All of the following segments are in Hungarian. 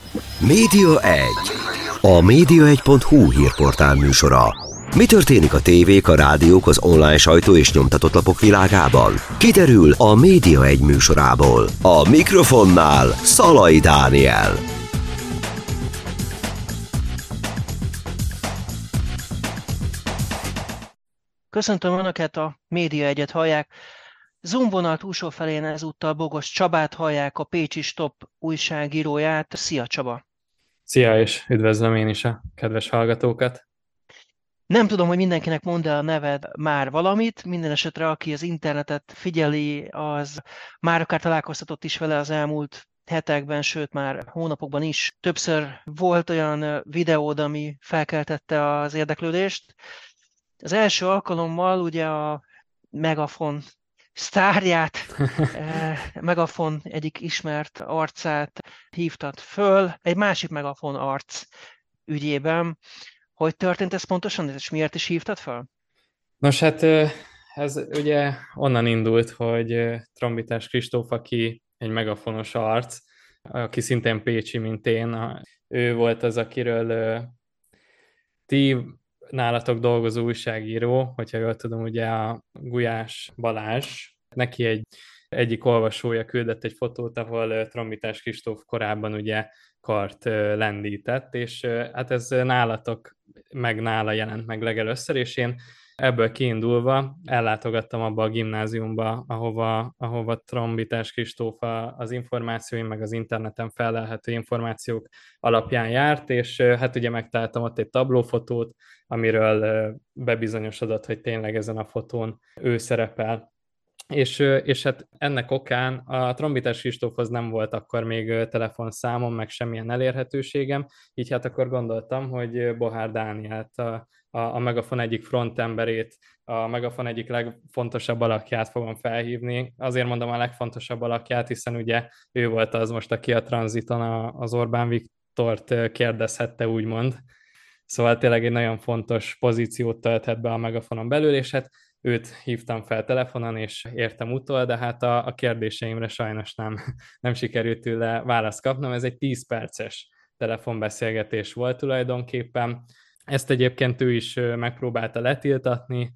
Média 1. A média1.hu hírportál műsora. Mi történik a tévék, a rádiók, az online sajtó és nyomtatott lapok világában? Kiderül a Média 1 műsorából. A mikrofonnál Szalai Dániel. Köszöntöm Önöket, a Média 1-et hallják. Zoom vonal túlsó felén ezúttal Bogos Csabát hallják, a Pécsi Stop újságíróját. Szia Csaba! Szia, és üdvözlöm én is a kedves hallgatókat. Nem tudom, hogy mindenkinek mondd el a neved már valamit, minden esetre aki az internetet figyeli, az már akár találkoztatott is vele az elmúlt hetekben, sőt már hónapokban is. Többször volt olyan videód, ami felkeltette az érdeklődést. Az első alkalommal ugye a Megafon sztárját, Megafon egyik ismert arcát hívtad föl, egy másik Megafon arc ügyében. Hogy történt ez pontosan, és miért is hívtad föl? Nos, hát ez ugye onnan indult, hogy Trombitás Kristóf, aki egy megafonos arc, aki szintén pécsi, mint én, ő volt az, akiről ti nálatok dolgozó újságíró, hogyha jól tudom, ugye a Gulyás Balázs, neki egyik olvasója küldött egy fotót, ahol Trombitás Kristóf korábban ugye kart lendített, és hát ez nálatok meg nála jelent meg legelőször, és én ebből kiindulva ellátogattam abba a gimnáziumba, ahova Trombitás Kristóf az információim, meg az interneten fellelhető információk alapján járt, és hát ugye megtaláltam ott egy tablófotót, amiről bebizonyosodott, hogy tényleg ezen a fotón ő szerepel. És hát ennek okán a Trombitás Kristófhoz nem volt akkor még telefonszámom, meg semmilyen elérhetőségem, így hát akkor gondoltam, hogy Bohár Dánielt, a Megafon egyik frontemberét, a Megafon egyik legfontosabb alakját fogom felhívni. Azért mondom a legfontosabb alakját, hiszen ugye ő volt az most, aki a tranziton az Orbán Viktort kérdezhette, úgymond. Szóval tényleg egy nagyon fontos pozíciót tölthet be a Megafonon belül, és hát őt hívtam fel telefonon, és értem utol, de hát a kérdéseimre sajnos nem sikerült tőle választ kapnom. Ez egy 10 perces telefonbeszélgetés volt tulajdonképpen. Ezt egyébként ő is megpróbálta letiltatni,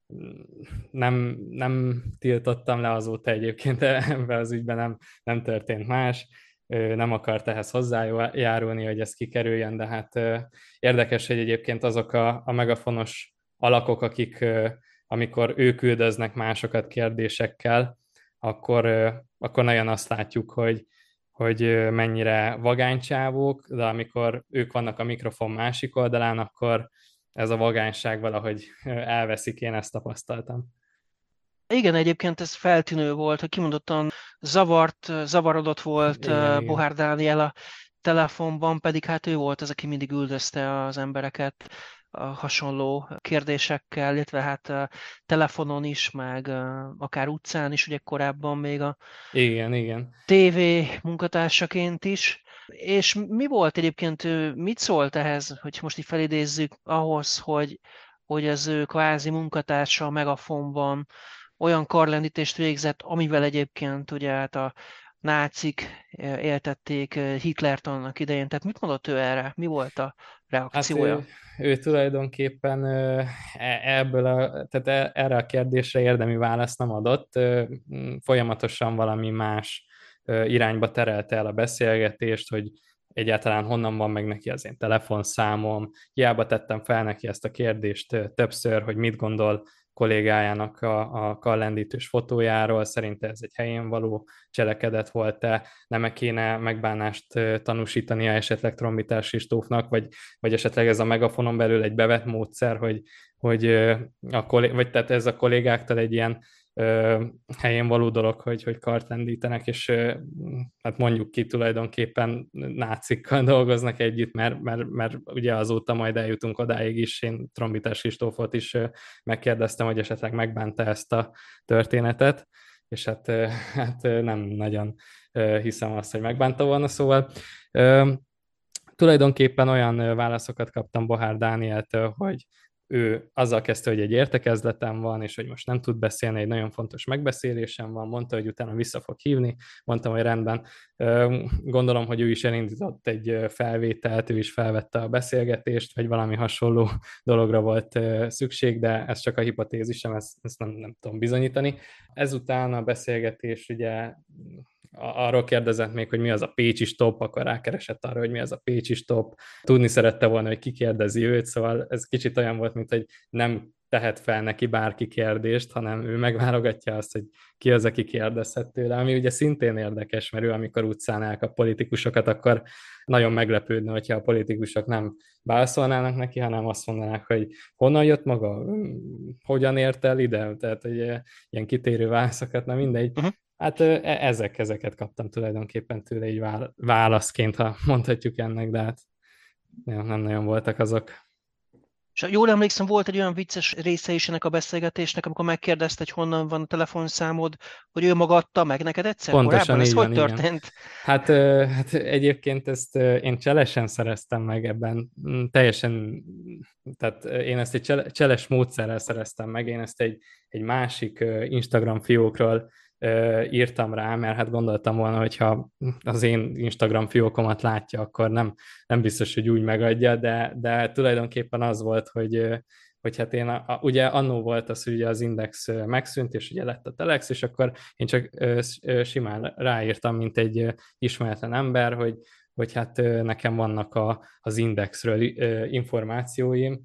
nem tiltottam le azóta egyébként, ebben az ügyben nem történt más, nem akart ehhez hozzájárulni, hogy ez kikerüljön, de hát érdekes, hogy egyébként azok a megafonos alakok, akik amikor ők küldöznek másokat kérdésekkel, akkor nagyon azt látjuk, hogy mennyire vagánycsávók, de amikor ők vannak a mikrofon másik oldalán, akkor ez a vagányság valahogy elveszik, én ezt tapasztaltam. Igen, egyébként ez feltűnő volt, hogy kimondottan zavarodott volt Igen. Bohár Dániel a telefonban, pedig hát ő volt az, aki mindig üldözte az embereket a hasonló kérdésekkel, illetve hát telefonon is, meg akár utcán is, ugye korábban még a Igen. TV munkatársaként is. És mi volt egyébként, mit szólt ehhez, hogy most így felidézzük, ahhoz, hogy az ő kvázi munkatársa a Megafonban olyan karlendítést végzett, amivel egyébként ugye hát a nácik éltették Hitlert annak idején. Tehát mit mondott ő erre? Mi volt a Hát reakciója? ő tulajdonképpen tehát erre a kérdésre érdemi választ nem adott, folyamatosan valami más irányba terelte el a beszélgetést, hogy egyáltalán honnan van meg neki az én telefonszámom. Hiába tettem fel neki ezt a kérdést többször, hogy mit gondol kollégájának a kallendítős fotójáról, szerinte ez egy helyén való cselekedet volt-e, nem kéne megbánást tanúsítania esetleg Trombitás Kristófnak, vagy esetleg ez a Megafonon belül egy bevett módszer, vagy tehát ez a kollégáktól egy ilyen helyén való dolog, hogy kart lendítenek, és hát mondjuk ki tulajdonképpen nácikkal dolgoznak együtt, mert ugye azóta majd eljutunk odáig is, én Trombitás Kristófot is megkérdeztem, hogy esetleg megbánta ezt a történetet, és hát nem nagyon hiszem azt, hogy megbánta volna, szóval tulajdonképpen olyan válaszokat kaptam Bohár Dánieltől, hogy ő azzal kezdte, hogy egy értekezleten van, és hogy most nem tud beszélni, egy nagyon fontos megbeszélésem van, mondta, hogy utána vissza fog hívni, mondtam, hogy rendben. Gondolom, hogy ő is elindított egy felvételt, ő is felvette a beszélgetést, vagy valami hasonló dologra volt szükség, de ez csak a hipotézisem, ezt nem tudom bizonyítani. Ezután a beszélgetés ugye arról kérdezett még, hogy mi az a pécsi stop, akkor rákeresett arra, hogy mi az a pécsi stop. Tudni szerette volna, hogy ki kérdezi őt, szóval ez kicsit olyan volt, mint hogy nem tehet fel neki bárki kérdést, hanem ő megválogatja azt, hogy ki az, aki kérdezhet tőle, ami ugye szintén érdekes, mert ő amikor utcán elkap politikusokat, akkor nagyon meglepődne, hogyha a politikusok nem válaszolnának neki, hanem azt mondanák, hogy honnan jött maga, hogyan ért el ide, tehát hogy ilyen kitérő válaszokat, na mindegy. Uh-huh. Hát ezeket kaptam tulajdonképpen tőle így válaszként, ha mondhatjuk ennek, de hát nem nagyon voltak azok. És jól emlékszem, volt egy olyan vicces része is ennek a beszélgetésnek, amikor megkérdezte, hogy honnan van a telefonszámod, hogy ő maga adta meg neked egyszer Pontosan korábban? Ez így hogy van, igen. történt? Hát egyébként ezt én cselesen szereztem meg ebben, teljesen, tehát én ezt egy cseles módszerrel szereztem meg, én ezt egy másik Instagram fiókról írtam rá, mert hát gondoltam volna, hogyha az én Instagram fiókomat látja, akkor nem biztos, hogy úgy megadja, de tulajdonképpen az volt, hogy hát én, ugye annó volt az, hogy ugye az Index megszűnt, és ugye lett a Telex, és akkor én csak simán ráírtam, mint egy ismeretlen ember, hogy hát nekem vannak az Indexről információim,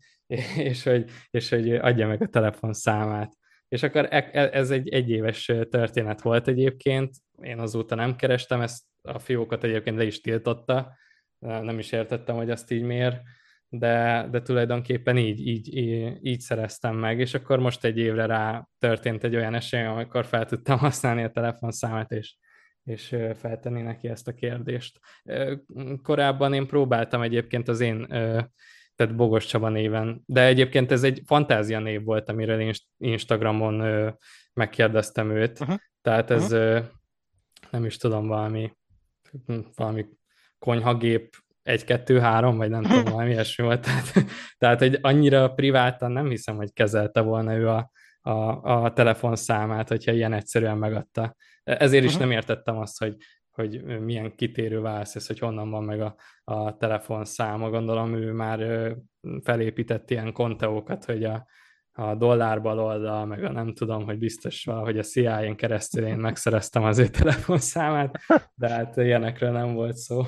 és hogy adja meg a telefonszámát. És akkor ez egy egyéves történet volt egyébként, én azóta nem kerestem, ezt a fiókot egyébként le is tiltotta, nem is értettem, hogy azt így miért, de tulajdonképpen így szereztem meg, és akkor most egy évre rá történt egy olyan esély, amikor fel tudtam használni a telefonszámát, és feltenni neki ezt a kérdést. Korábban én próbáltam egyébként az én, tehát Bogos Csaba néven, de egyébként ez egy fantázia név volt, amiről én Instagramon megkérdeztem őt, tehát ez nem is tudom, valami konyhagép 1, 2, 3, vagy nem tudom, valami ilyesmi volt. Tehát egy annyira privátan nem hiszem, hogy kezelte volna ő a telefonszámát, hogyha ilyen egyszerűen megadta. Ezért is nem értettem azt, hogy milyen kitérő válasz ez, hogy honnan van meg a telefonszáma. Gondolom ő már felépített ilyen konteókat, hogy a dollár baloldal, meg a nem tudom, hogy biztos valahogy a CIA-n keresztül én megszereztem az ő telefonszámát, de hát ilyenekről nem volt szó.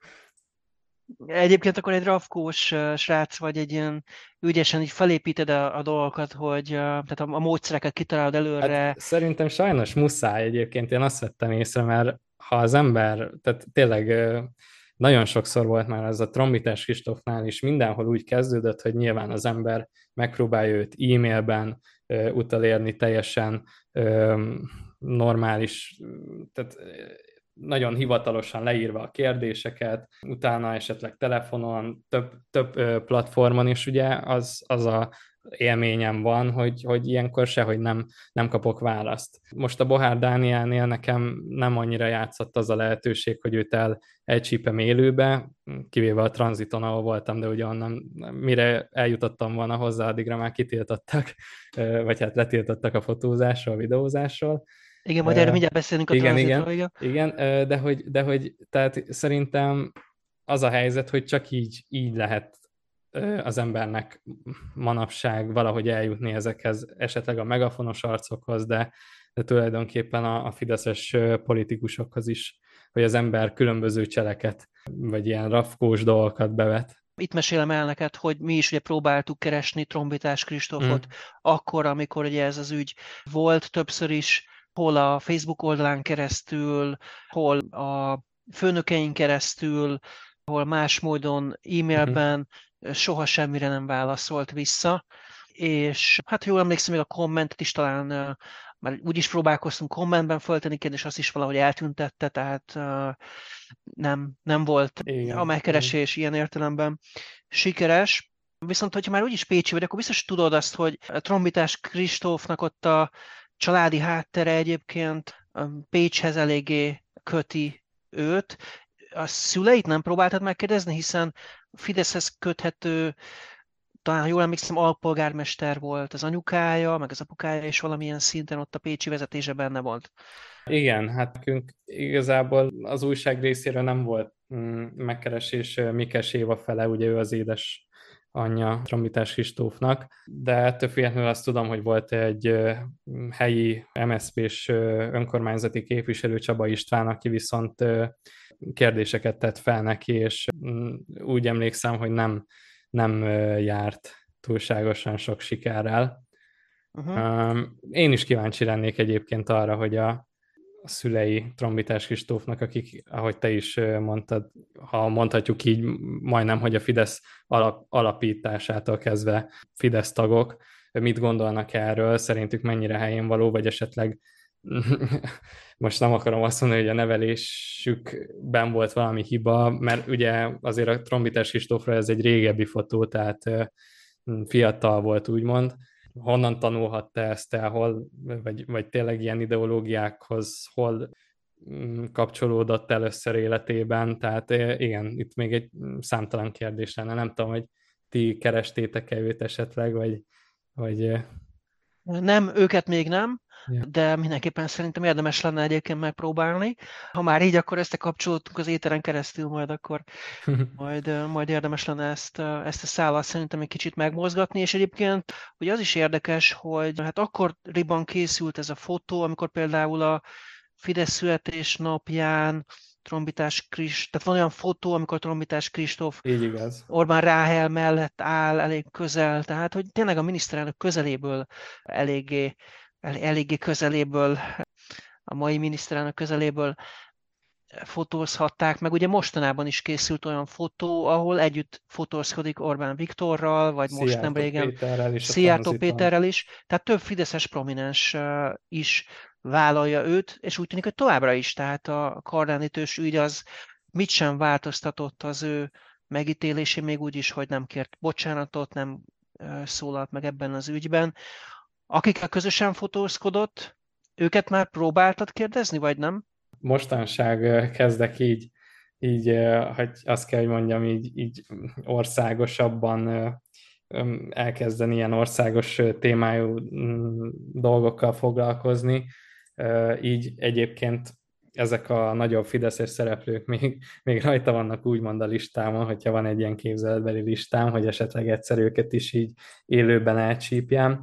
Egyébként akkor egy rafkós srác vagy, egy ilyen ügyesen így felépíted a dolgokat, hogy tehát a módszereket kitalálod előre. Hát szerintem sajnos muszáj egyébként, én azt vettem észre, mert ha az ember, tehát tényleg nagyon sokszor volt már ez a Trombitás Kristófnál is, mindenhol úgy kezdődött, hogy nyilván az ember megpróbálja őt e-mailben utolérni teljesen normális, tehát nagyon hivatalosan leírva a kérdéseket, utána esetleg telefonon, több platformon is ugye az a élményem van, hogy ilyenkor sehogy nem kapok választ. Most a Bohár Dánielnél nekem nem annyira játszott az a lehetőség, hogy őt elcsípem élőbe, kivéve a tranziton, ahol voltam, de ugye onnan mire eljutottam volna hozzá, addigra már kitiltottak, vagy hát letiltottak a fotózásról, a videózásról. Igen, majd erről mindjárt beszélünk a tranzitról. Igen, de hogy tehát szerintem az a helyzet, hogy csak így lehet az embernek manapság valahogy eljutni ezekhez, esetleg a megafonos arcokhoz, de tulajdonképpen a fideszes politikusokhoz is, hogy az ember különböző cseleket, vagy ilyen rafkós dolgokat bevet. Itt mesélem el neked, hogy mi is ugye próbáltuk keresni Trombitás Kristófot akkor, amikor ugye ez az ügy volt többször is, hol a Facebook oldalán keresztül, hol a főnökeink keresztül, hol más módon e-mailben, soha semmire nem válaszolt vissza. És hát jól emlékszem, még a kommentet is talán, már úgy is próbálkoztunk kommentben föltenni kérdés, azt is valahogy eltüntette, tehát nem volt a megkeresés ilyen értelemben sikeres. Viszont, hogyha már úgyis pécsi vagy, akkor biztos tudod azt, hogy a Trombitás Kristófnak ott a családi háttere egyébként Pécshez eléggé köti őt. A szüleit nem próbáltad megkérdezni, hiszen Fideszhez köthető talán jól emlékszem, alpolgármester volt az anyukája, meg az apukája, és valamilyen szinten ott a pécsi vezetése benne volt. Igen, hát nekünk igazából az újság részéről nem volt megkeresés Mikes Éva fele, ugye ő az édes anyja Trombitás Kristófnak, de ettől függetlenül azt tudom, hogy volt egy helyi MSZP-s önkormányzati képviselő, Csaba István, aki viszont kérdéseket tett fel neki, és úgy emlékszem, hogy nem járt túlságosan sok sikerrel. Én is kíváncsi lennék egyébként arra, hogy a szülei Trombitás Kristófnak, akik, ahogy te is mondtad, ha mondhatjuk így, majdnem, hogy a Fidesz alapításától kezdve Fidesz tagok, mit gondolnak erről, szerintük mennyire helyén való, vagy esetleg most nem akarom azt mondani, hogy a nevelésükben volt valami hiba, mert ugye azért a Trombitás Kristófra ez egy régebbi fotó, tehát fiatal volt, úgymond. Honnan tanulhatta ezt el, hol, vagy tényleg ilyen ideológiákhoz, hol kapcsolódott először életében, tehát igen, itt még egy számtalan kérdés lenne. Nem tudom, hogy ti kerestétek-e őt esetleg, vagy... Nem, őket még nem, Ja. de mindenképpen szerintem érdemes lenne egyébként megpróbálni. Ha már így, akkor összekapcsolódtunk az éteren keresztül, majd érdemes lenne ezt a szállat szerintem egy kicsit megmozgatni, és egyébként ugye az is érdekes, hogy hát akkoriban készült ez a fotó, amikor például a Fidesz születésnapján tehát van olyan fotó, amikor Trombitás Kristóf Így igaz. Orbán Ráhel mellett áll elég közel, tehát hogy tényleg a miniszterelnök közeléből eléggé közeléből, a mai miniszterelnök közeléből fotózhatták, meg ugye mostanában is készült olyan fotó, ahol együtt fotózkodik Orbán Viktorral, vagy most nem régen Szijjártó Péterrel is, tehát több fideszes prominens is vállalja őt, és úgy tűnik, hogy továbbra is, tehát a kardánítős ügy az mit sem változtatott az ő megítélésén, még úgy is, hogy nem kért bocsánatot, nem szólalt meg ebben az ügyben. Akikkel közösen fotózkodott, őket már próbáltad kérdezni, vagy nem? Mostanság kezdek így, hogy azt kell, hogy mondjam, így országosabban elkezdeni ilyen országos témájú dolgokkal foglalkozni. Így egyébként ezek a nagyobb fideszes szereplők még rajta vannak úgymond a listámon, hogyha van egy ilyen képzeletbeli listám, hogy esetleg egyszer őket is így élőben elcsípjem.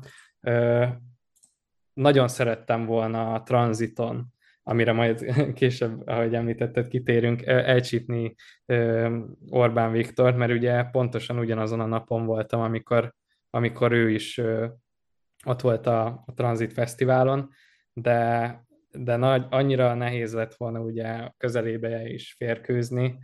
Nagyon szerettem volna a Transiton, amire majd később, ahogy említetted, kitérünk, elcsípni Orbán Viktort, mert ugye pontosan ugyanazon a napon voltam, amikor ő is ott volt a Transit Fesztiválon, de annyira nehéz lett volna ugye közelébe is férkőzni,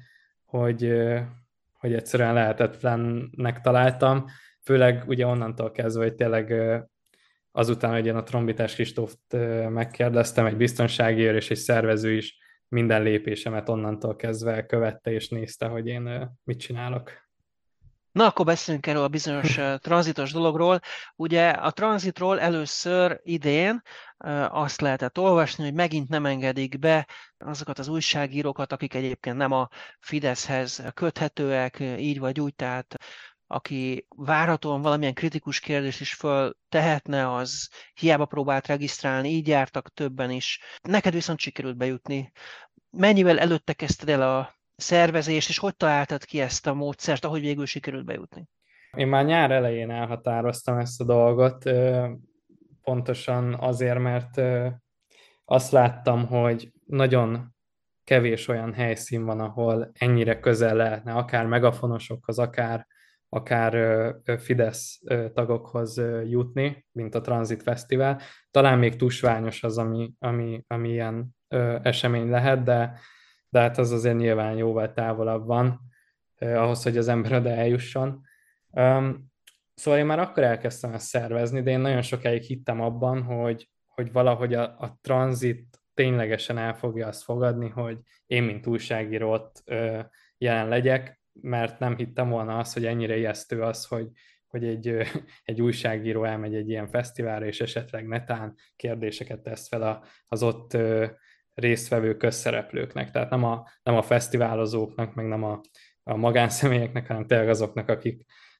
hogy egyszerűen lehetetlennek találtam, főleg ugye onnantól kezdve, hogy tényleg azután, hogy én a Trombitás Kristóft megkérdeztem, egy biztonsági őr és egy szervező is minden lépésemet onnantól kezdve követte és nézte, hogy én mit csinálok. Na, akkor beszéljünk erről a bizonyos tranzitos dologról. Ugye a tranzitról először idén azt lehetett olvasni, hogy megint nem engedik be azokat az újságírókat, akik egyébként nem a Fideszhez köthetőek, így vagy úgy, tehát aki várhatóan valamilyen kritikus kérdést is föltehetne, az hiába próbált regisztrálni, így jártak többen is. Neked viszont sikerült bejutni. Mennyivel előtte kezdted el a szervezést, és hogy találtad ki ezt a módszert, ahogy végül sikerült bejutni? Én már nyár elején elhatároztam ezt a dolgot, pontosan azért, mert azt láttam, hogy nagyon kevés olyan helyszín van, ahol ennyire közel lehetne, akár megafonosokhoz, akár Fidesz tagokhoz jutni, mint a Transit Fesztivál. Talán még tusványos az, ami ilyen esemény lehet, de hát az azért nyilván jóval távolabb van ahhoz, hogy az ember oda eljusson. Szóval én már akkor elkezdtem ezt szervezni, de én nagyon sokáig hittem abban, hogy valahogy a Transit ténylegesen el fogja azt fogadni, hogy én, mint újságíró ott jelen legyek, mert nem hittem volna azt, hogy ennyire ijesztő az, hogy egy újságíró elmegy egy ilyen fesztiválra, és esetleg netán kérdéseket tesz fel az ott résztvevő közszereplőknek. Tehát nem a fesztiválozóknak, meg nem a magánszemélyeknek, hanem tényleg azoknak,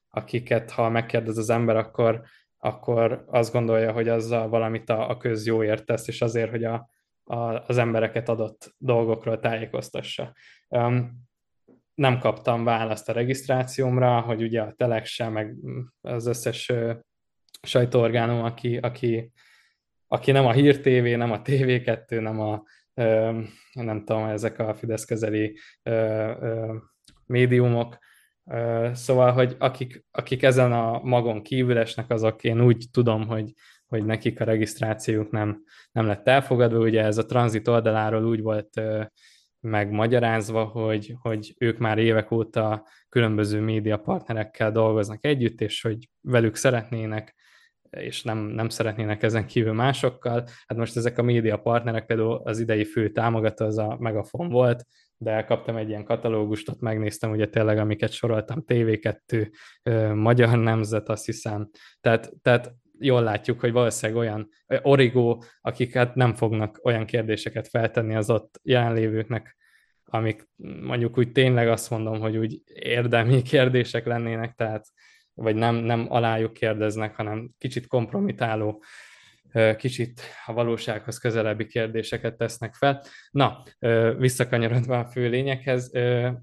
akiket ha megkérdez az ember, akkor azt gondolja, hogy azzal valamit a közjóért tesz, és azért, hogy az embereket adott dolgokról tájékoztassa. Nem kaptam választ a regisztrációmra, hogy ugye a Telex sem, meg az összes sajtóorgánum, aki nem a Hír TV, nem a TV2, nem tudom, ezek a Fidesz közeli médiumok. Szóval, hogy akik ezen a magon kívül esnek, azok én úgy tudom, hogy nekik a regisztrációjuk nem lett elfogadva. Ugye ez a tranzit oldaláról úgy volt megmagyarázva, hogy ők már évek óta különböző médiapartnerekkel dolgoznak együtt, és hogy velük szeretnének, és nem szeretnének ezen kívül másokkal. Hát most ezek a médiapartnerek, például az idei fő támogató az a Megafon volt, de kaptam egy ilyen katalógust, ott megnéztem ugye tényleg, amiket soroltam, TV2, Magyar Nemzet, azt hiszem. Tehát jól látjuk, hogy valószínűleg olyan Origo, akik hát nem fognak olyan kérdéseket feltenni az ott jelenlévőknek, amik mondjuk úgy tényleg azt mondom, hogy úgy érdemi kérdések lennének, tehát vagy nem alájuk kérdeznek, hanem kicsit kompromitáló, kicsit a valósághoz közelebbi kérdéseket tesznek fel. Na, visszakanyarodva a fő lényeghez,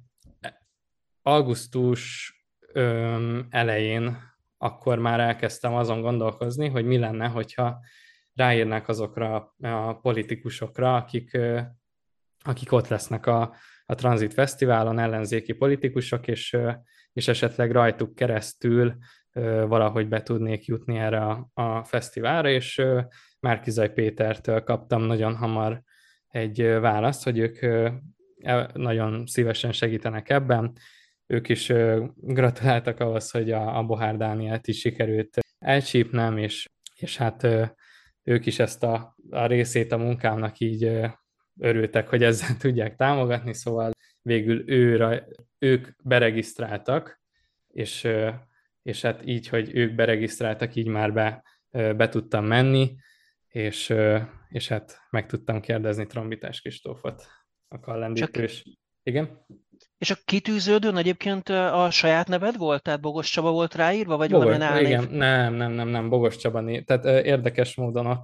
augusztus elején akkor már elkezdtem azon gondolkozni, hogy mi lenne, hogyha ráírnak azokra a politikusokra, akik ott lesznek a Transit Fesztiválon, ellenzéki politikusok, és esetleg rajtuk keresztül valahogy be tudnék jutni erre a fesztiválra, és Márki-Zay Pétertől kaptam nagyon hamar egy választ, hogy ők nagyon szívesen segítenek ebben. Ők is gratuláltak ahhoz, hogy a Bohár Dánielt is sikerült elcsípnem, és hát ők is ezt a részét a munkámnak így örültek, hogy ezzel tudják támogatni, szóval végül ők beregisztráltak, és hát így, hogy ők beregisztráltak, így már be tudtam menni, és hát meg tudtam kérdezni Trombitás Kristófot, a kallendítős. Igen? És a kitűződőn egyébként a saját neved volt? Tehát Bogos Csaba volt ráírva, vagy valamilyen álnév? Igen, nem, Bogos Csaba név. Tehát érdekes módon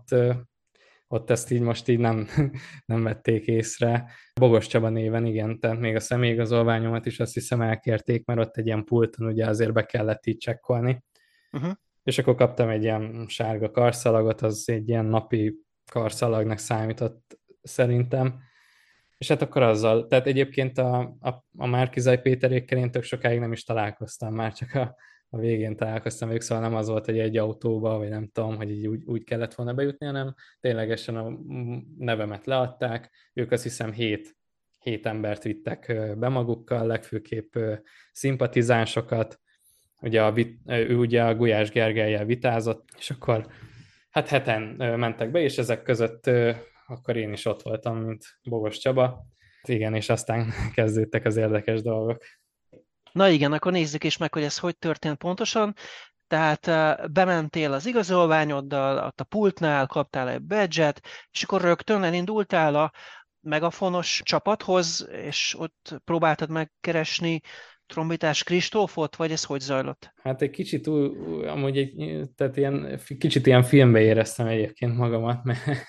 ott ezt így most így nem vették észre. Bogos Csaba néven, igen, tehát még a személyigazolványomat is azt hiszem elkérték, mert ott egy ilyen pulton ugye azért be kellett így csekkolni. Uh-huh. És akkor kaptam egy ilyen sárga karszalagot, az egy ilyen napi karszalagnak számított szerintem. És hát akkor azzal, tehát egyébként a Márki-Zay Péterékkel én tök sokáig nem is találkoztam, már csak a végén találkoztam ők, szóval nem az volt, hogy egy autóba, vagy nem tudom, hogy így úgy kellett volna bejutni, hanem ténylegesen a nevemet leadták, ők azt hiszem 7 embert vittek be magukkal, legfőképp szimpatizánsokat, ugye ő ugye a Gulyás Gergellyel vitázott, és akkor hát 7-en mentek be, és ezek között akkor én is ott voltam, mint Bogos Csaba. Igen, és aztán kezdődtek az érdekes dolgok. Na igen, akkor nézzük is meg, hogy ez hogy történt pontosan. Tehát bementél az igazolványoddal, ott a pultnál kaptál egy badge-et, és akkor rögtön elindultál a Megafonos csapathoz, és ott próbáltad megkeresni Trombitás Kristófot, vagy ez hogy zajlott? Hát egy kicsit amúgy tehát kicsit ilyen filmbe éreztem egyébként magamat,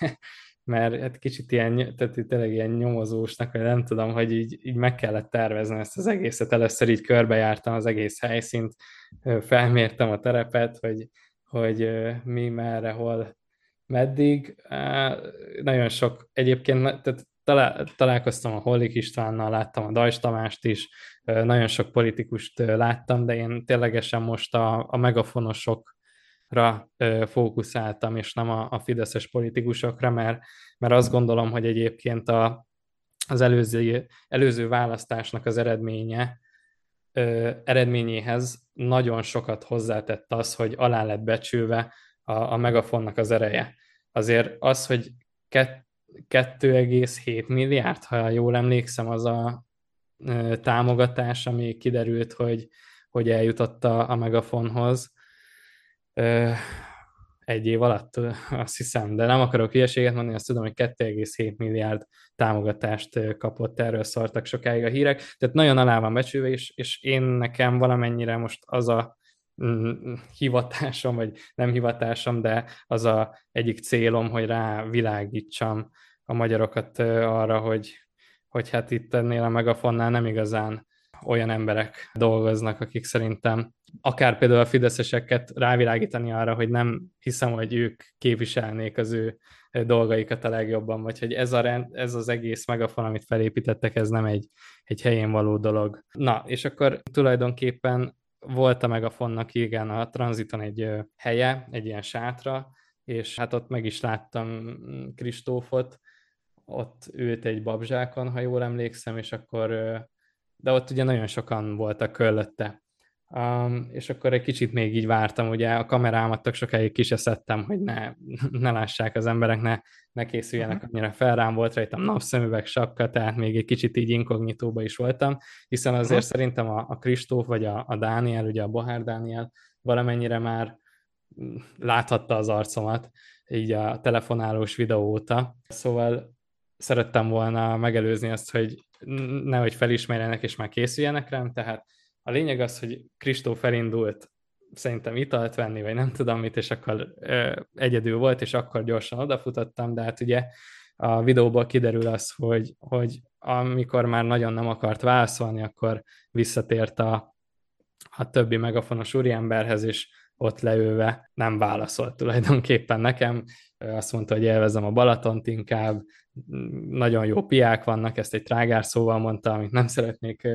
mert hát kicsit ilyen, tehát tényleg ilyen nyomozósnak, vagy nem tudom, hogy így meg kellett tervezni ezt az egészet. Először így körbejártam az egész helyszínt, felmértem a terepet, hogy mi, merre, hol, meddig. Nagyon sok, egyébként tehát találkoztam a Hollik Istvánnal, láttam a Dajs Tamást is, nagyon sok politikust láttam, de én ténylegesen most a megafonosokra fókuszáltam, és nem a fideszes politikusokra, mert azt gondolom, hogy egyébként az előző választásnak az eredményéhez nagyon sokat hozzátett az, hogy alá lett becsülve a megafonnak az ereje. Azért az, hogy 2,7 milliárd, ha jól emlékszem, az a támogatás, ami kiderült, hogy eljutott a Megafonhoz egy év alatt, azt hiszem, de nem akarok hülyeséget mondani, azt tudom, hogy 2,7 milliárd támogatást kapott, erről szóltak sokáig a hírek, tehát nagyon alá van becsülve, és én nekem valamennyire most az a hivatásom, vagy nem hivatásom, de az egyik célom, hogy rávilágítsam a magyarokat arra, hogy hát itt ennél a Megafonnál nem igazán olyan emberek dolgoznak, akik szerintem akár például a fideszeseket rávilágítani arra, hogy nem hiszem, hogy ők képviselnék az ő dolgaikat a legjobban, vagy hogy ez az egész Megafon, amit felépítettek, ez nem egy helyén való dolog. Na, és akkor tulajdonképpen volt a Megafonnak igen a tranziton egy helye, egy ilyen sátra, és hát ott meg is láttam Kristófot, ott ült egy babzsákon, ha jól emlékszem, és akkor, de ott ugye nagyon sokan voltak körülötte. És akkor egy kicsit még így vártam, ugye a kamerámat tök sokáig ki se szedtem, hogy ne lássák az emberek, ne készüljenek annyira fel, rám volt rajtam napszemüveg, sapka, tehát még egy kicsit így inkognitóba is voltam, hiszen azért szerintem a Kristóf vagy a Dániel, ugye a Bohár Dániel valamennyire már láthatta az arcomat, így a telefonálós videó óta. Szóval szerettem volna megelőzni azt, hogy nehogy felismerjenek és már készüljenek rám, tehát a lényeg az, hogy Kristóf elindult szerintem italt venni, vagy nem tudom mit, és akkor egyedül volt, és akkor gyorsan odafutottam, de hát ugye a videóból kiderül az, hogy amikor már nagyon nem akart válaszolni, akkor visszatért a többi megafonos úriemberhez, és ott leülve nem válaszolt tulajdonképpen nekem. Azt mondta, hogy élvezem a Balatont inkább, nagyon jó piák vannak, ezt egy trágár szóval mondta, amit nem szeretnék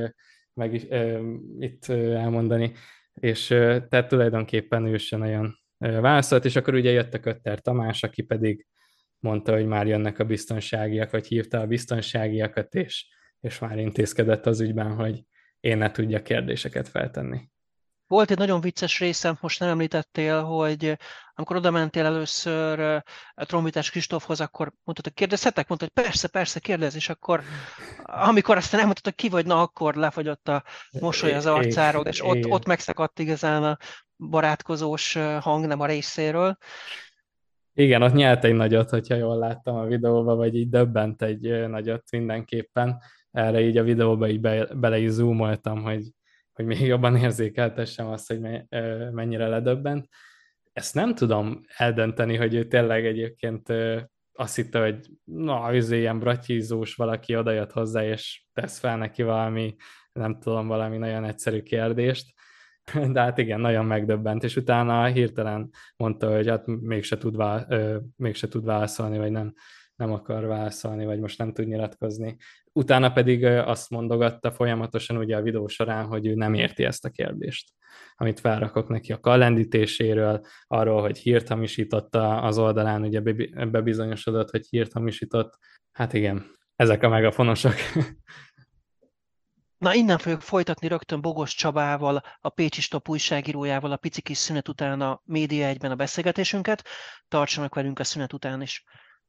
itt elmondani, és tehát tulajdonképpen ő sem nagyon válaszolt, és akkor ugye jött a Kötter Tamás, aki pedig mondta, hogy már jönnek a biztonságiak, vagy hívta a biztonságiakat, és már intézkedett az ügyben, hogy én ne tudja kérdéseket feltenni. Volt egy nagyon vicces részem, most nem említettél, hogy amikor oda mentél először a trombitás Kristófhoz, akkor mondtad, hogy kérdezhetek? Mondta, hogy persze, persze, kérdez, és akkor amikor aztán elmondtad, hogy ki vagy, na akkor lefagyott a mosoly az arcáról, és ott megszakadt igazán a barátkozós hang, nem a részéről. Igen, ott nyelt egy nagyot, hogyha jól láttam a videóba, vagy így döbbent egy nagyot mindenképpen. Erre így a videóba így bele is zoomoltam, hogy még jobban érzékeltessem azt, hogy mennyire ledöbbent. Ezt nem tudom eldönteni, hogy ő tényleg egyébként azt hitte, hogy na, ilyen bratyízós valaki odajött hozzá, és tesz fel neki valami, nem tudom, valami nagyon egyszerű kérdést. De hát igen, nagyon megdöbbent, és utána hirtelen mondta, hogy hát mégse tud válaszolni, vagy nem akar válaszolni, vagy most nem tud nyilatkozni. Utána pedig azt mondogatta folyamatosan ugye a videó során, hogy ő nem érti ezt a kérdést, amit felrakok neki a kallendítéséről, arról, hogy hírt hamisította az oldalán, ugye bebizonyosodott, hogy hírt hamisított. Hát igen, ezek a megafonosok. Na, innen fogjuk folytatni rögtön Bogos Csabával, a Pécsi Stop újságírójával a pici kis szünet után a Média 1-ben a beszélgetésünket. Tartsanak velünk a szünet után is.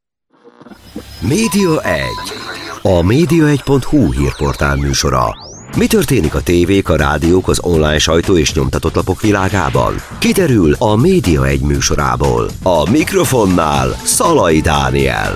Média 1. A média1.hu hírportál műsora. Mi történik a tévék, a rádiók, az online sajtó és nyomtatott lapok világában? Kiderül a Média 1 műsorából. A mikrofonnál Szalai Dániel.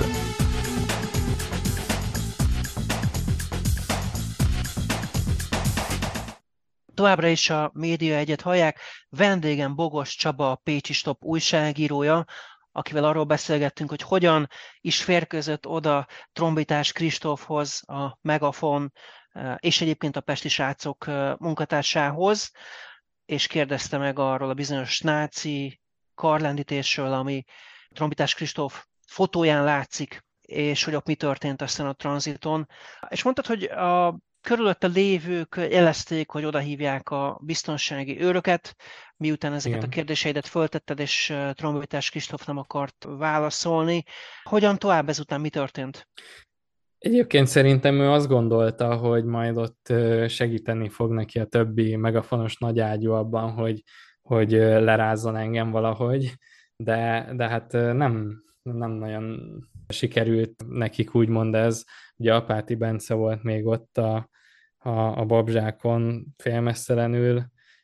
Továbbra is a Média 1-et hallják. Vendégem Bogos Csaba, a Pécsi Stop újságírója, akivel arról beszélgettünk, hogy hogyan is férkőzött oda trombitás Kristófhoz, a Megafon és egyébként a Pesti Srácok munkatársához, és kérdezte meg arról a bizonyos náci karlendítésről, ami trombitás Kristóf fotóján látszik, és hogy ott mi történt aztán a tranziton. És mondtad, hogy a körülötte lévők jelezték, hogy odahívják a biztonsági őröket, miután ezeket a kérdéseidet föltetted, és trombitás Kristóf nem akart válaszolni. Hogyan tovább ezután, mi történt? Egyébként szerintem ő azt gondolta, hogy majd ott segíteni fog neki a többi megafonos nagyágyú abban, hogy lerázzon engem valahogy, de hát nem nagyon sikerült nekik, úgymond ez. Ugye Apáti Bence volt még ott a babzsákon félmeztelenül,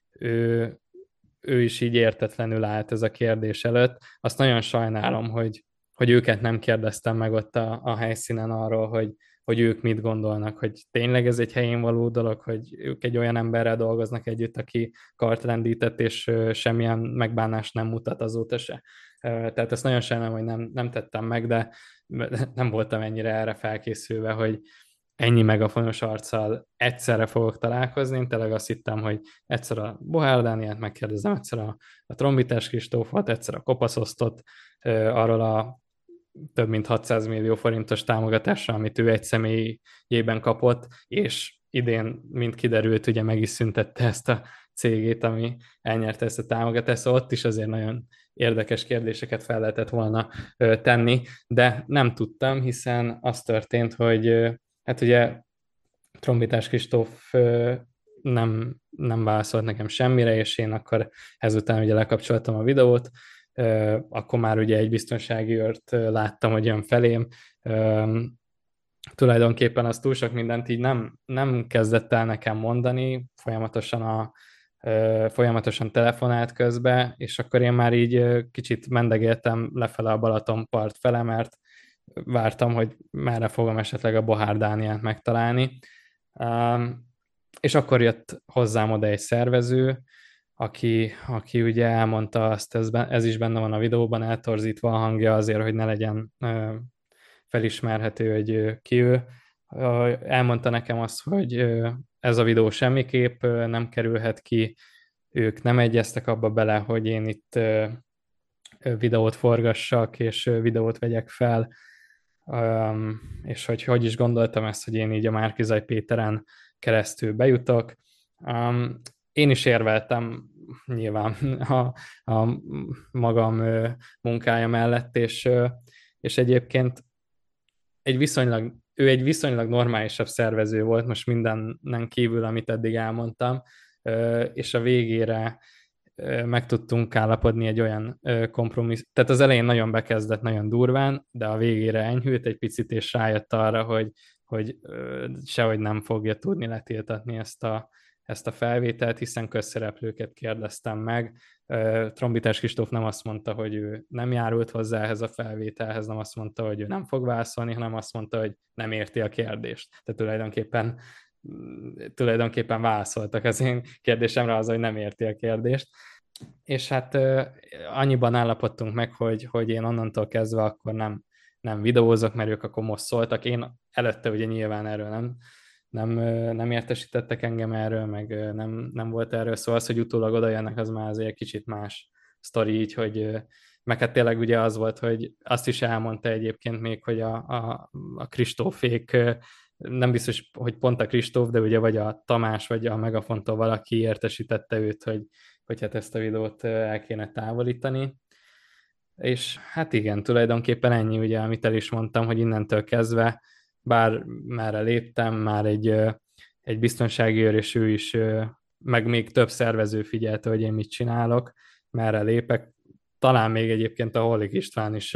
ő is így értetlenül állt ez a kérdés előtt. Azt nagyon sajnálom, hogy őket nem kérdeztem meg ott a helyszínen arról, hogy ők mit gondolnak, hogy tényleg ez egy helyén való dolog, hogy ők egy olyan emberrel dolgoznak együtt, aki kart rendített, és semmilyen megbánást nem mutat azóta se. Tehát ezt nagyon sajnálom, hogy nem tettem meg, de nem voltam ennyire erre felkészülve, hogy ennyi megafonos arccal egyszerre fogok találkozni. Én tényleg azt hittem, hogy egyszer a Bohár Dánielt megkérdezem, egyszer a Trombitás Kristófot, egyszer a Kopaszosztot arról a több mint 600 millió forintos támogatásra, amit ő egy személyében kapott, és idén, mint kiderült, ugye meg is szüntette ezt a cégét, ami elnyerte ezt a támogatást, szóval ott is azért nagyon érdekes kérdéseket fel lehetett volna tenni, de nem tudtam, hiszen az történt, hogy hát ugye Trombitás Kristóf nem válaszolt nekem semmire, és én akkor ezután ugye lekapcsoltam a videót, akkor már ugye egy biztonsági őrt láttam, hogy jön felém. Tulajdonképpen az túl sok mindent így nem kezdett el nekem mondani, folyamatosan telefonált közbe, és akkor én már így kicsit mendegéltem lefele a Balatonpart fele, mert vártam, hogy merre fogom esetleg a Bohár Dánielt megtalálni. És akkor jött hozzám oda egy szervező, aki ugye elmondta azt, ez is benne van a videóban, eltorzítva a hangja azért, hogy ne legyen felismerhető, hogy ki ő. Elmondta nekem azt, hogy ez a videó semmiképp nem kerülhet ki, ők nem egyeztek abba bele, hogy én itt videót forgassak, és videót vegyek fel, és hogy is gondoltam ezt, hogy én így a Márki-Zay Péteren keresztül bejutok. Én is érveltem nyilván a magam munkája mellett, és egyébként ő egy viszonylag normálisabb szervező volt, most mindenen kívül, amit eddig elmondtam, és a végére meg tudtunk állapodni egy olyan kompromissz. Tehát az elején nagyon bekezdett, nagyon durván, de a végére enyhült egy picit, és rájött arra, hogy sehogy nem fogja tudni letiltatni ezt a felvételt, hiszen közszereplőket kérdeztem meg. Trombitás Kristóf nem azt mondta, hogy ő nem járult hozzá ehhez a felvételhez, nem azt mondta, hogy ő nem fog válaszolni, hanem azt mondta, hogy nem érti a kérdést. Tehát tulajdonképpen válaszoltak az én kérdésemre az, hogy nem érti a kérdést. És hát annyiban állapodtunk meg, hogy én onnantól kezdve akkor nem videózok, mert ők akkor most szóltak. Én előtte ugye nyilván erről nem értesítettek engem erről, meg nem volt erről szó. Az, hogy utólag oda jönnek, az már azért kicsit más sztori így, hogy meg hát tényleg ugye az volt, hogy azt is elmondta egyébként még, hogy a Kristófék, nem biztos, hogy pont a Kristóf, de ugye vagy a Tamás, vagy a Megafontól valaki értesítette őt, hogy hát ezt a videót el kéne távolítani. És hát igen, tulajdonképpen ennyi, ugye, amit el is mondtam, hogy innentől kezdve, bár merre léptem, már egy biztonsági őr, és ő is, meg még több szervező figyelte, hogy én mit csinálok, merre lépek. Talán még egyébként a Hollik István is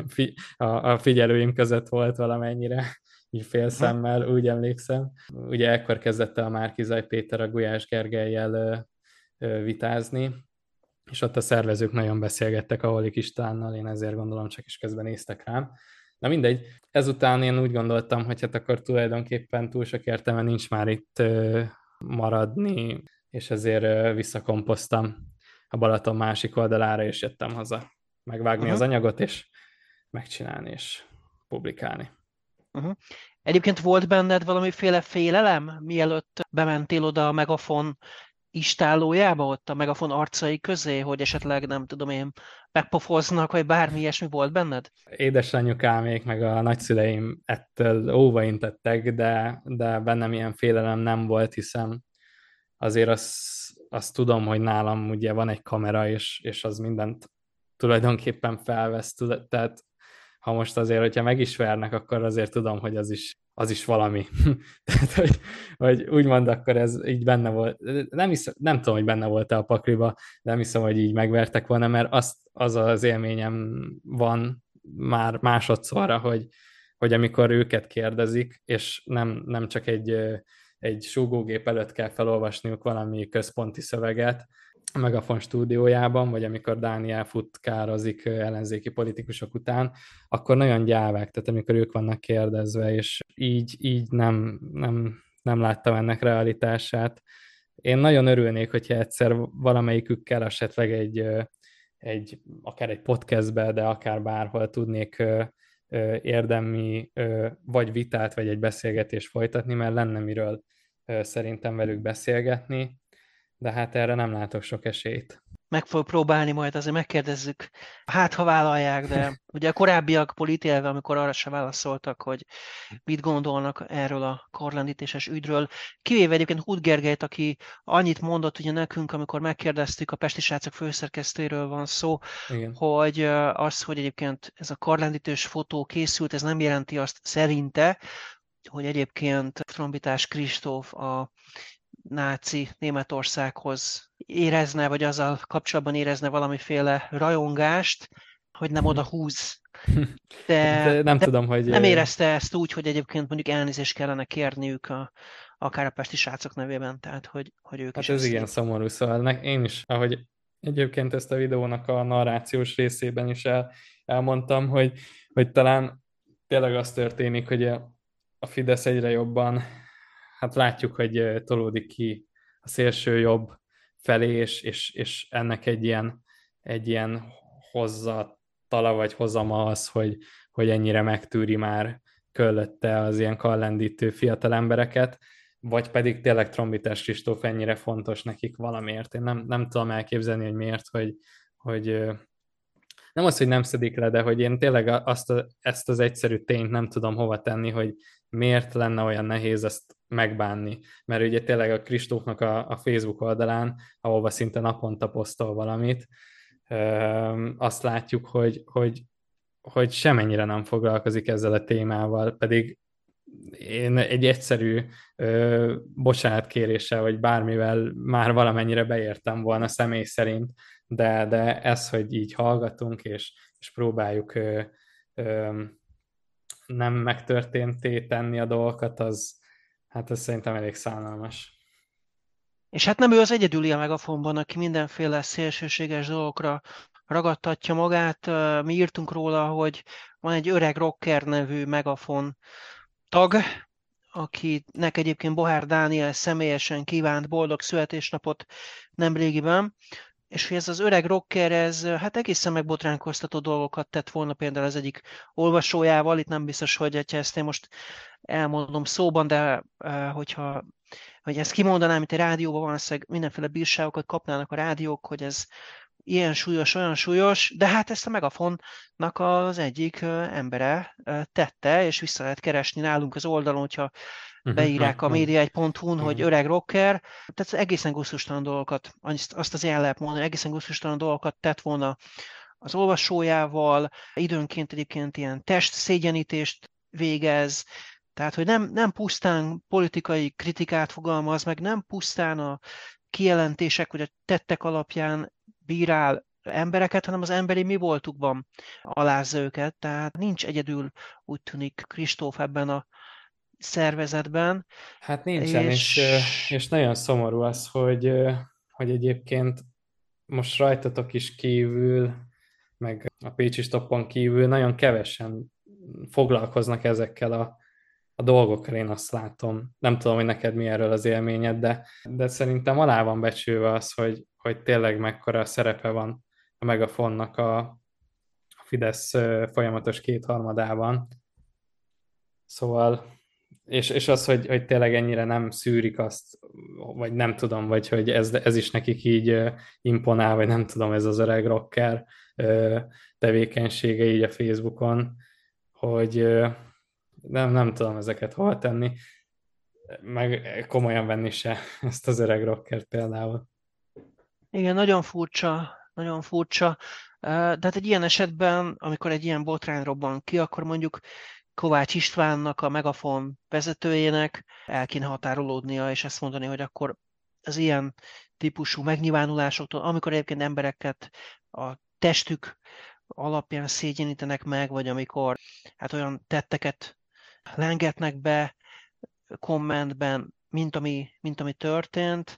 a figyelőim között volt valamennyire, így félszemmel, úgy emlékszem. Ugye ekkor kezdett el a Márki-Zay Péter a Gulyás Gergellyel vitázni, és ott a szervezők nagyon beszélgettek a Hollik Istvánnal, én ezért gondolom, csak is közben néztek rám. Na mindegy, ezután én úgy gondoltam, hogy hát akkor tulajdonképpen túl sok értelme nincs már itt maradni, és ezért visszakompoztam a Balaton másik oldalára, és jöttem haza megvágni az anyagot, és megcsinálni, és publikálni. Egyébként volt benned valamiféle félelem, mielőtt bementél oda a Megafon istállójába, ott a Megafon arcai közé, hogy esetleg, nem tudom én, megpofoznak, vagy bármi ilyesmi volt benned? Édesanyukámék meg a nagyszüleim ettől óvaintettek, de bennem ilyen félelem nem volt, hiszen azért azt tudom, hogy nálam ugye van egy kamera, és az mindent tulajdonképpen felvesz, tehát ha most azért, hogyha meg is vernek, akkor azért tudom, hogy az is valami. Tehát, hogy úgymond akkor ez így benne volt. Nem tudom, hogy benne volt-e a pakliba, de nem hiszem, hogy így megvertek volna, mert az élményem van már másodszorra, hogy amikor őket kérdezik, és nem csak egy súgógép előtt kell felolvasniuk valami központi szöveget, a Megafon stúdiójában, vagy amikor Dániel futkározik ellenzéki politikusok után, akkor nagyon gyávák, tehát amikor ők vannak kérdezve, és így nem láttam ennek realitását. Én nagyon örülnék, hogyha egyszer valamelyikükkel esetleg akár egy podcastbe, de akár bárhol tudnék érdemi vagy vitát, vagy egy beszélgetést folytatni, mert lenne miről szerintem velük beszélgetni, de hát erre nem látok sok esélyt. Meg fogjuk próbálni, majd azért megkérdezzük, hát ha vállalják, de ugye a korábbiakból ítélve, amikor arra se válaszoltak, hogy mit gondolnak erről a korlendítéses ügyről. Kivéve egyébként Hud Gergelyt, aki annyit mondott ugye nekünk, amikor megkérdeztük, a Pesti Srácok főszerkesztőről van szó, Igen. hogy az, hogy egyébként ez a karlendítős fotó készült, ez nem jelenti azt szerinte, hogy egyébként Trombitás Kristóf a náci Németországhoz érezne, vagy azzal kapcsolatban érezne valamiféle rajongást, hogy nem oda húz. Hát nem De tudom, hogy... nem érezte ezt úgy, hogy egyébként mondjuk elnézést kellene kérniük akár a Pesti Srácok nevében, tehát hogy ők is Hát ez ezt igen így. szomorú, szóval én is, ahogy egyébként ezt a videónak a narrációs részében is elmondtam, hogy talán tényleg az történik, hogy a Fidesz egyre jobban, hát látjuk, hogy tolódik ki a szélső jobb felé, és ennek egy ilyen hozzatala vagy hozama az, hogy ennyire megtűri már körülötte az ilyen kallendítő fiatal embereket, vagy pedig tényleg Trombitás Kristóf ennyire fontos nekik valamiért. Én nem tudom elképzelni, hogy miért, hogy nem az, hogy nem szedik le, de hogy én tényleg ezt az egyszerű tényt nem tudom hova tenni, hogy miért lenne olyan nehéz ezt megbánni. Mert ugye tényleg a Kristófnak a Facebook oldalán, ahova szinte naponta posztol valamit, azt látjuk, hogy semennyire nem foglalkozik ezzel a témával, pedig én egy egyszerű bocsánatkéréssel, vagy bármivel már valamennyire beértem volna személy szerint, de ez, hogy így hallgatunk, és próbáljuk nem megtörténté tenni a dolgokat, hát ez szerintem elég szánalmas. És hát nem ő az egyedüli a Megafonban, aki mindenféle szélsőséges dolgokra ragadtatja magát. Mi írtunk róla, hogy van egy öreg rocker nevű Megafon tag, akinek egyébként Bohár Dániel személyesen kívánt boldog születésnapot nemrégiben, és hogy ez az öreg rocker, ez hát egészen megbotránkoztató dolgokat tett volna például az egyik olvasójával, itt nem biztos, hogy ezt én most elmondom szóban, de hogy ezt kimondanám, mint egy rádióban van, mindenféle bírságokat kapnának a rádiók, hogy ez ilyen súlyos, olyan súlyos, de hát ezt a Megafonnak az egyik embere tette, és vissza lehet keresni nálunk az oldalon, hogyha beírják a média1.hu-n, hogy öreg rocker, tehát egészen gusztustalan dolgokat, azt azért el lehet mondani, egészen gusztustalan dolgokat tett volna az olvasójával, időnként egyébként ilyen testszégyenítést végez, tehát, hogy nem pusztán politikai kritikát fogalmaz, meg nem pusztán a kijelentések vagy a tettek alapján bírál embereket, hanem az emberi mi voltukban alázza őket. Tehát nincs egyedül, úgy tűnik, Kristóf ebben a szervezetben. Hát nincsen, és nagyon szomorú az, hogy egyébként most rajtatok is kívül, meg a Pécsi Stoppon kívül nagyon kevesen foglalkoznak ezekkel a dolgokkal, én azt látom. Nem tudom, hogy neked mi erről az élményed, de szerintem alá van becsülve az, hogy tényleg mekkora szerepe van a Megafonnak a Fidesz folyamatos kétharmadában. Szóval, és az, hogy tényleg ennyire nem szűrik azt, vagy nem tudom, vagy hogy ez is nekik így imponál, vagy nem tudom, ez az öreg rocker tevékenysége így a Facebookon, hogy nem tudom ezeket hol tenni, meg komolyan venni se ezt az öreg rockert például. Igen, nagyon furcsa, nagyon furcsa. De hát egy ilyen esetben, amikor egy ilyen botrány robban ki, akkor mondjuk Kovács Istvánnak, a Megafon vezetőjének el kéne határolódnia, és ezt mondani, hogy akkor az ilyen típusú megnyilvánulásoktól, amikor egyébként embereket a testük alapján szégyenítenek meg, vagy amikor hát olyan tetteket lengetnek be kommentben, mint ami történt,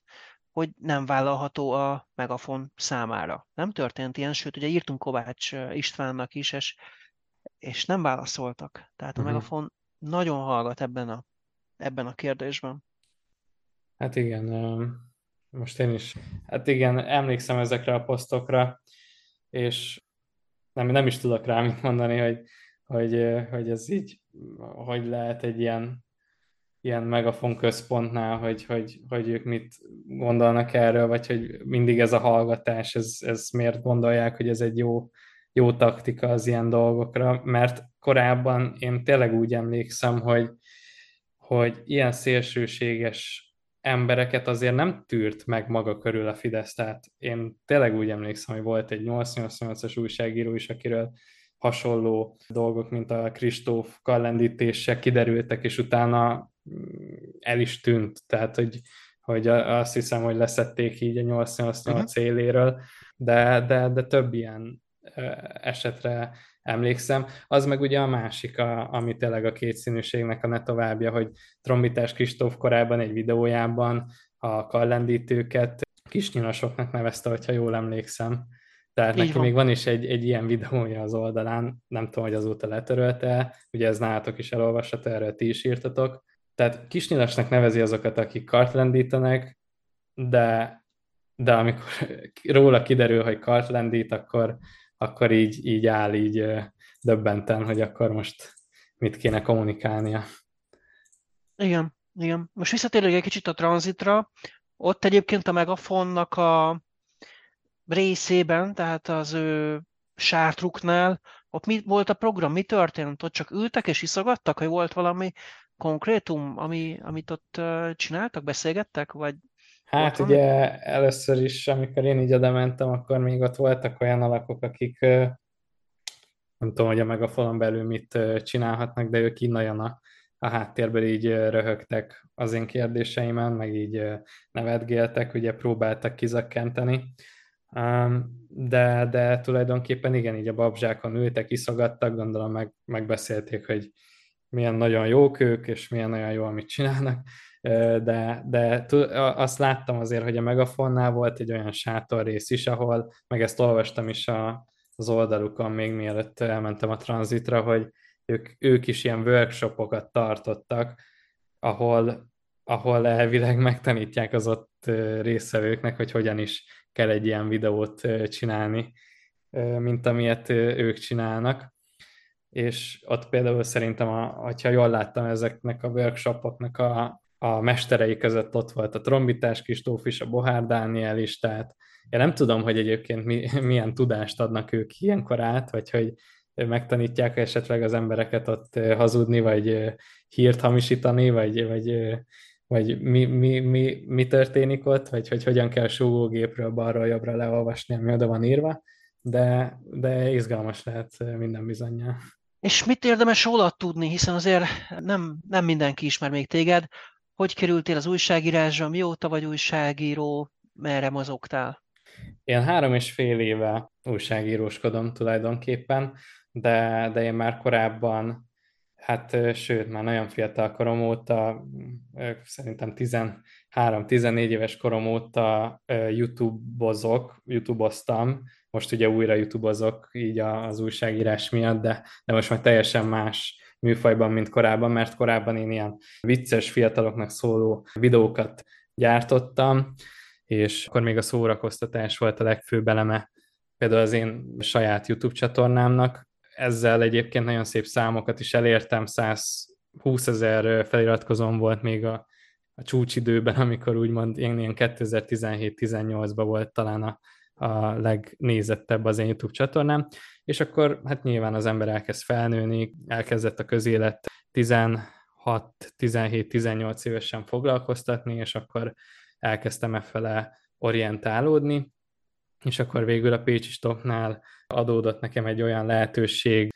hogy nem vállalható a Megafon számára. Nem történt ilyen, sőt, ugye írtunk Kovács Istvánnak is, és nem válaszoltak. Tehát a Uh-huh. Megafon nagyon hallgat ebben a kérdésben. Hát igen, most én is. Hát igen, emlékszem ezekre a posztokra, és nem is tudok rá mit mondani, hogy ez így, hogy lehet egy ilyen Megafon központnál, hogy ők mit gondolnak erről, vagy hogy mindig ez a hallgatás, ez miért gondolják, hogy ez egy jó taktika az ilyen dolgokra, mert korábban én tényleg úgy emlékszem, hogy ilyen szélsőséges embereket azért nem tűrt meg maga körül a Fidesz. Tehát én tényleg úgy emlékszem, hogy volt egy 888-as újságíró is, akiről hasonló dolgok, mint a Kristóf kallendítése kiderültek, és utána el is tűnt. Tehát, hogy azt hiszem, hogy leszették így a 888 éléről, de több ilyen esetre emlékszem. Az meg ugye a másik, ami tényleg a kétszínűségnek a ne továbbja, hogy Trombitás Kristóf korábban egy videójában a kallendítőket kisnyilasoknak nevezte, hogyha jól emlékszem. Tehát Így neki még van. van is egy ilyen videója az oldalán, nem tudom, hogy azóta letörölte, ugye ez nálatok is elolvasható, erről ti is írtatok. Tehát kisnyilasnak nevezi azokat, akik kartlendítenek, de amikor róla kiderül, hogy kartlendít, akkor így áll így döbbenten, hogy akkor most mit kéne kommunikálnia. Igen, igen. Most visszatérünk egy kicsit a tranzitra. Ott egyébként a Megafonnak a részében, tehát az ő sártruknál, ott mi volt a program, mi történt? Ott csak ültek és iszogattak, hogy volt valami konkrétum, amit ott csináltak, beszélgettek, vagy volt Hát valami? ugye először is, amikor én így oda mentem, akkor még ott voltak olyan alakok, akik nem tudom, hogy a Megafonon belül mit csinálhatnak, de ők így nagyon a háttérből így röhögtek az én kérdéseimen, meg így nevetgéltek, ugye próbáltak kizakkenteni. De tulajdonképpen igen, így a babzsákon ültek, iszogattak, gondolom megbeszélték, hogy milyen nagyon jók ők, és milyen nagyon jó, amit csinálnak. De azt láttam azért, hogy a Megafonnál volt egy olyan sátorrész is, ahol, meg ezt olvastam is az oldalukon még mielőtt elmentem a tranzitra, hogy ők is ilyen workshopokat tartottak, ahol elvileg megtanítják az ott résztvevőknek, hogy hogyan is kell egy ilyen videót csinálni, mint amilyet ők csinálnak. És ott például szerintem, hogyha jól láttam, ezeknek a workshopoknak a mesterei között ott volt a Trombitás Kristóf is, a Bohár Dániel is, tehát én nem tudom, hogy egyébként milyen tudást adnak ők ilyenkor át, vagy hogy megtanítják esetleg az embereket ott hazudni, vagy hírt hamisítani, vagy mi történik ott, vagy hogy hogyan kell súgógépről balról jobbra leolvasni, ami oda van írva, de izgalmas lehet minden bizonnyal. És mit érdemes rólad tudni, hiszen azért nem mindenki ismer még téged. Hogy kerültél az újságírásra, mióta vagy újságíró, merre mozogtál? Én 3,5 éve újságíróskodom tulajdonképpen, de én már korábban, hát sőt, már nagyon fiatal korom óta, szerintem 13-14 éves korom óta YouTube-oztam, most ugye újra YouTube-ozok így az újságírás miatt, de most már teljesen más műfajban, mint korábban, mert korábban én ilyen vicces fiataloknak szóló videókat gyártottam, és akkor még a szórakoztatás volt a legfőbb eleme például az én saját YouTube csatornámnak. Ezzel egyébként nagyon szép számokat is elértem, 120 000 feliratkozóm volt még a csúcsidőben, amikor úgymond ilyen 2017-18-ban volt talán a legnézettebb az én YouTube csatornám, és akkor hát nyilván az ember elkezd felnőni, elkezdett a közélet 16-17-18 évesen foglalkoztatni, és akkor elkezdtem effele orientálódni, és akkor végül a Pécsi Stopnál adódott nekem egy olyan lehetőség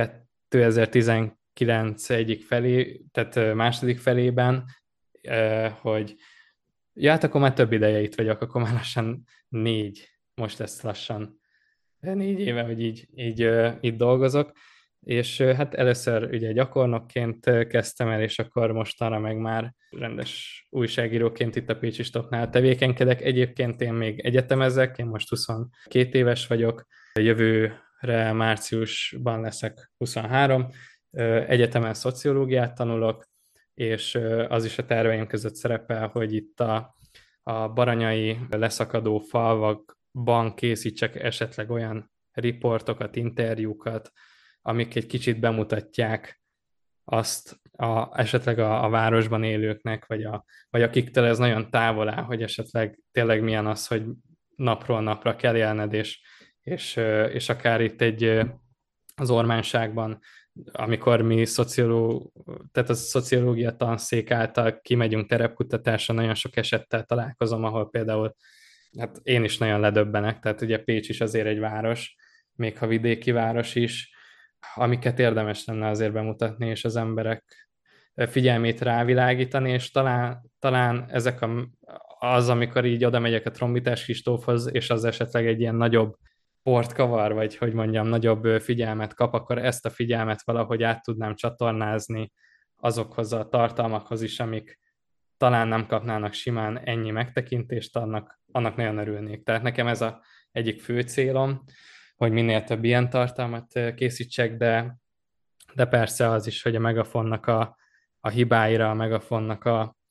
2019 egyik felé, tehát második felében, hogy ja, hát akkor már több ideje itt vagyok, akkor már lassan most lesz lassan 4 éve, hogy így itt dolgozok, És hát először ugye gyakornokként kezdtem el, és akkor mostanra meg már rendes újságíróként itt a Pécsi Stopnál tevékenykedek. Egyébként én még egyetemezek, én most 22 éves vagyok, jövőre márciusban leszek 23, egyetemen szociológiát tanulok, és az is a terveim között szerepel, hogy itt a baranyai leszakadó falvakban készítsek esetleg olyan riportokat, interjúkat, amik egy kicsit bemutatják azt esetleg a városban élőknek, vagy akiktől ez nagyon távol áll, hogy esetleg tényleg milyen az, hogy napról napra kell élned, és akár itt az ormánságban, amikor mi tehát a szociológia tanszék által kimegyünk terepkutatásra, nagyon sok esettel találkozom, ahol például, hát én is nagyon ledöbbenek, tehát ugye Pécs is azért egy város, még ha vidéki város is, amiket érdemes lenne azért bemutatni, és az emberek figyelmét rávilágítani, és talán ezek az, amikor így oda megyek a Trombitás Kristófhoz, és az esetleg egy ilyen nagyobb port kavar, vagy hogy mondjam, nagyobb figyelmet kap, akkor ezt a figyelmet valahogy át tudnám csatornázni azokhoz a tartalmakhoz is, amik talán nem kapnának simán ennyi megtekintést, annak nagyon örülnék. Tehát nekem ez az egyik fő célom, hogy minél több ilyen tartalmat készítsek, de persze az is, hogy a Megafonnak a hibáira, a Megafonnak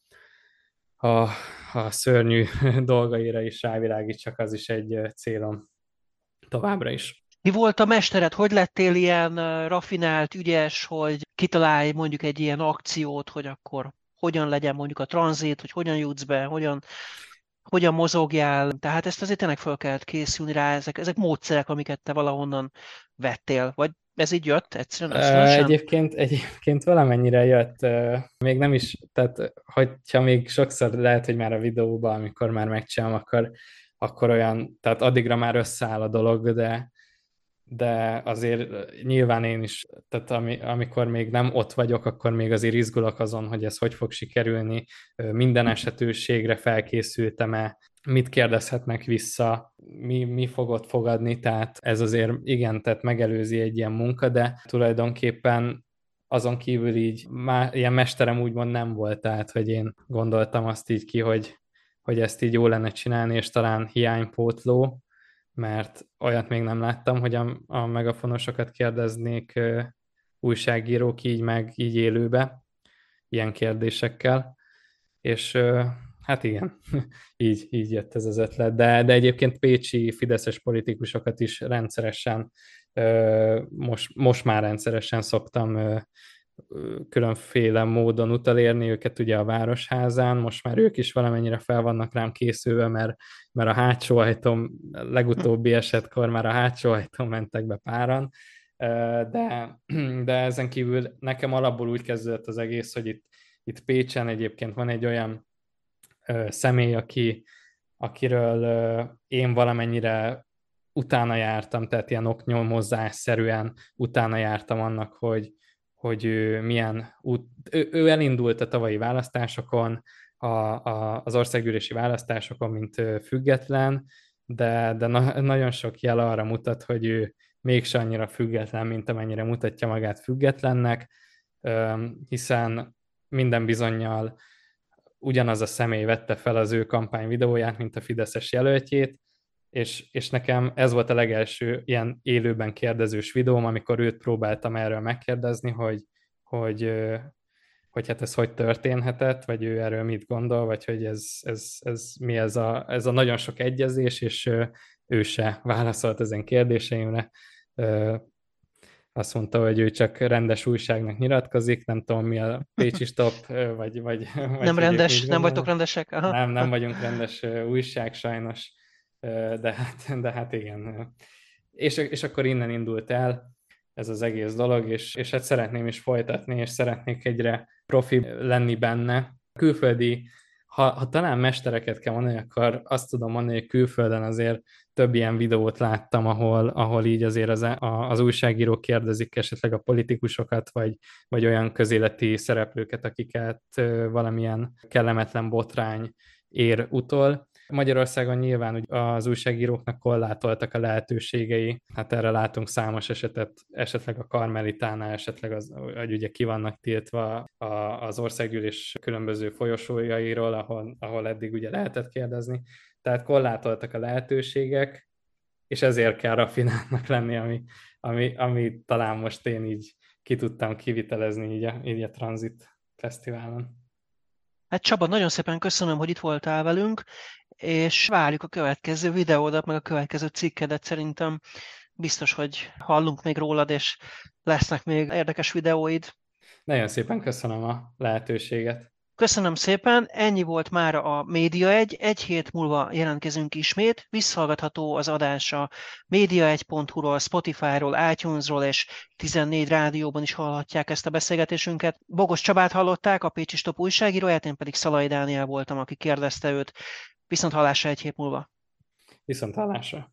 a szörnyű dolgaira is rávilágítsak, az is egy célom továbbra is. Mi volt a mestered? Hogy lettél ilyen raffinált, ügyes, hogy kitalálj mondjuk egy ilyen akciót, hogy akkor hogyan legyen mondjuk a tranzit, hogy hogyan jutsz be, hogyan mozogjál. Tehát ezt azért tényleg fel kellett készülni rá, ezek módszerek, amiket te valahonnan vettél. Vagy ez így jött egyszerűen ösztönösen? Egyébként valamennyire jött, még nem is, tehát hogyha még sokszor lehet, hogy már a videóban, amikor már megcsinálom, akkor olyan, tehát addigra már összeáll a dolog, de azért nyilván én is, tehát amikor még nem ott vagyok, akkor még azért izgulok azon, hogy ez hogy fog sikerülni, minden esetőségre felkészültem-e, mit kérdezhetnek vissza, mi fog ott fogadni, tehát ez azért igen, tehát megelőzi egy ilyen munka, de tulajdonképpen azon kívül így már ilyen mesterem úgymond nem volt, tehát hogy én gondoltam azt így ki, hogy ezt így jó lenne csinálni, és talán hiánypótló, mert olyat még nem láttam, hogy a megafonosokat kérdeznék újságírók így meg így élőbe, ilyen kérdésekkel, és hát igen, így jött ez az ötlet, de egyébként pécsi fideszes politikusokat is rendszeresen, most már rendszeresen szoktam különféle módon utolérni őket ugye a Városházán, most már ők is valamennyire fel vannak rám készülve, mert a hátsó ajtón, legutóbbi esetkor már a hátsó ajtón mentek be páran, de ezen kívül nekem alapból úgy kezdődött az egész, hogy itt Pécsen egyébként van egy olyan személy, akiről én valamennyire utána jártam, tehát ilyen oknyomozásszerűen utána jártam annak, hogy ő milyen út, ő elindult a tavalyi választásokon, az országgyűlési választásokon, mint független, de nagyon sok jel arra mutat, hogy ő mégse annyira független, mint amennyire mutatja magát függetlennek, hiszen minden bizonnyal ugyanaz a személy vette fel az ő kampány videóját, mint a fideszes jelöltjét, és nekem ez volt a legelső ilyen élőben kérdezős videóm, amikor őt próbáltam erről megkérdezni, hogy hát ez hogy történhetett, vagy ő erről mit gondol, vagy hogy ez mi ez a nagyon sok egyezés, és ő se válaszolt ezen kérdéseimre. Azt mondta, hogy ő csak rendes újságnak nyilatkozik, nem tudom mi a Pécsi Stop, vagy Nem hogy ők rendes, mit nem gondolnak. vagytok rendesek? Aha. Nem vagyunk rendes újság sajnos, de hát igen. És akkor innen indult el ez az egész dolog, és hát szeretném is folytatni, és szeretnék egyre profi lenni benne. Külföldi, ha talán mestereket kell mondani, akkor azt tudom mondani, hogy külföldön azért több ilyen videót láttam, ahol így azért az újságírók kérdezik esetleg a politikusokat, vagy olyan közéleti szereplőket, akiket valamilyen kellemetlen botrány ér utol. Magyarországon nyilván az újságíróknak korlátoltak a lehetőségei, hát erre látunk számos esetet, esetleg a Karmelitánál, esetleg hogy ugye ki vannak tiltva az országgyűlés különböző folyosójairól, ahol eddig ugye lehetett kérdezni, tehát korlátoltak a lehetőségek, és ezért kell rafináltnak lenni, ami talán most én így ki tudtam kivitelezni így a Transit Fesztiválon. Hát Csaba, nagyon szépen köszönöm, hogy itt voltál velünk, és várjuk a következő videódat, meg a következő cikkedet. Szerintem biztos, hogy hallunk még rólad, és lesznek még érdekes videóid. Nagyon szépen köszönöm a lehetőséget. Köszönöm szépen, ennyi volt már a Média 1. Egy hét múlva jelentkezünk ismét. Visszhallgatható az adás a média1.hu-ról, Spotify-ról, iTunes-ról és 14 rádióban is hallhatják ezt a beszélgetésünket. Bogos Csabát hallották, a Pécsi Stop újságíróját, én pedig Szalai Dániel voltam, aki kérdezte őt. Viszont hallásra egy hét múlva. Viszont hallásra.